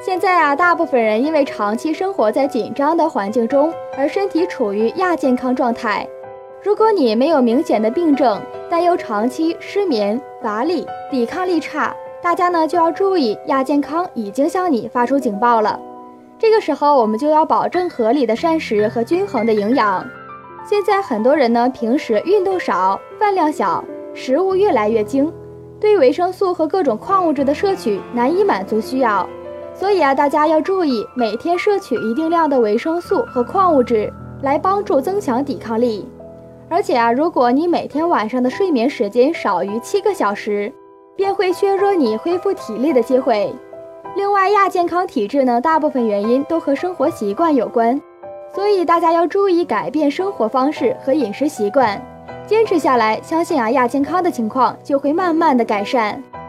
现在啊，大部分人因为长期生活在紧张的环境中，而身体处于亚健康状态。如果你没有明显的病症，但又长期失眠、乏力、抵抗力差，大家呢就要注意亚健康已经向你发出警报了。这个时候我们就要保证合理的膳食和均衡的营养。现在很多人呢平时运动少，饭量小，食物越来越精，对维生素和各种矿物质的摄取难以满足需要。所以啊，大家要注意每天摄取一定量的维生素和矿物质，来帮助增强抵抗力。而且啊，如果你每天晚上的睡眠时间少于7个小时，便会削弱你恢复体力的机会。另外，亚健康体质呢，大部分原因都和生活习惯有关，所以大家要注意改变生活方式和饮食习惯，坚持下来，相信啊，亚健康的情况就会慢慢的改善。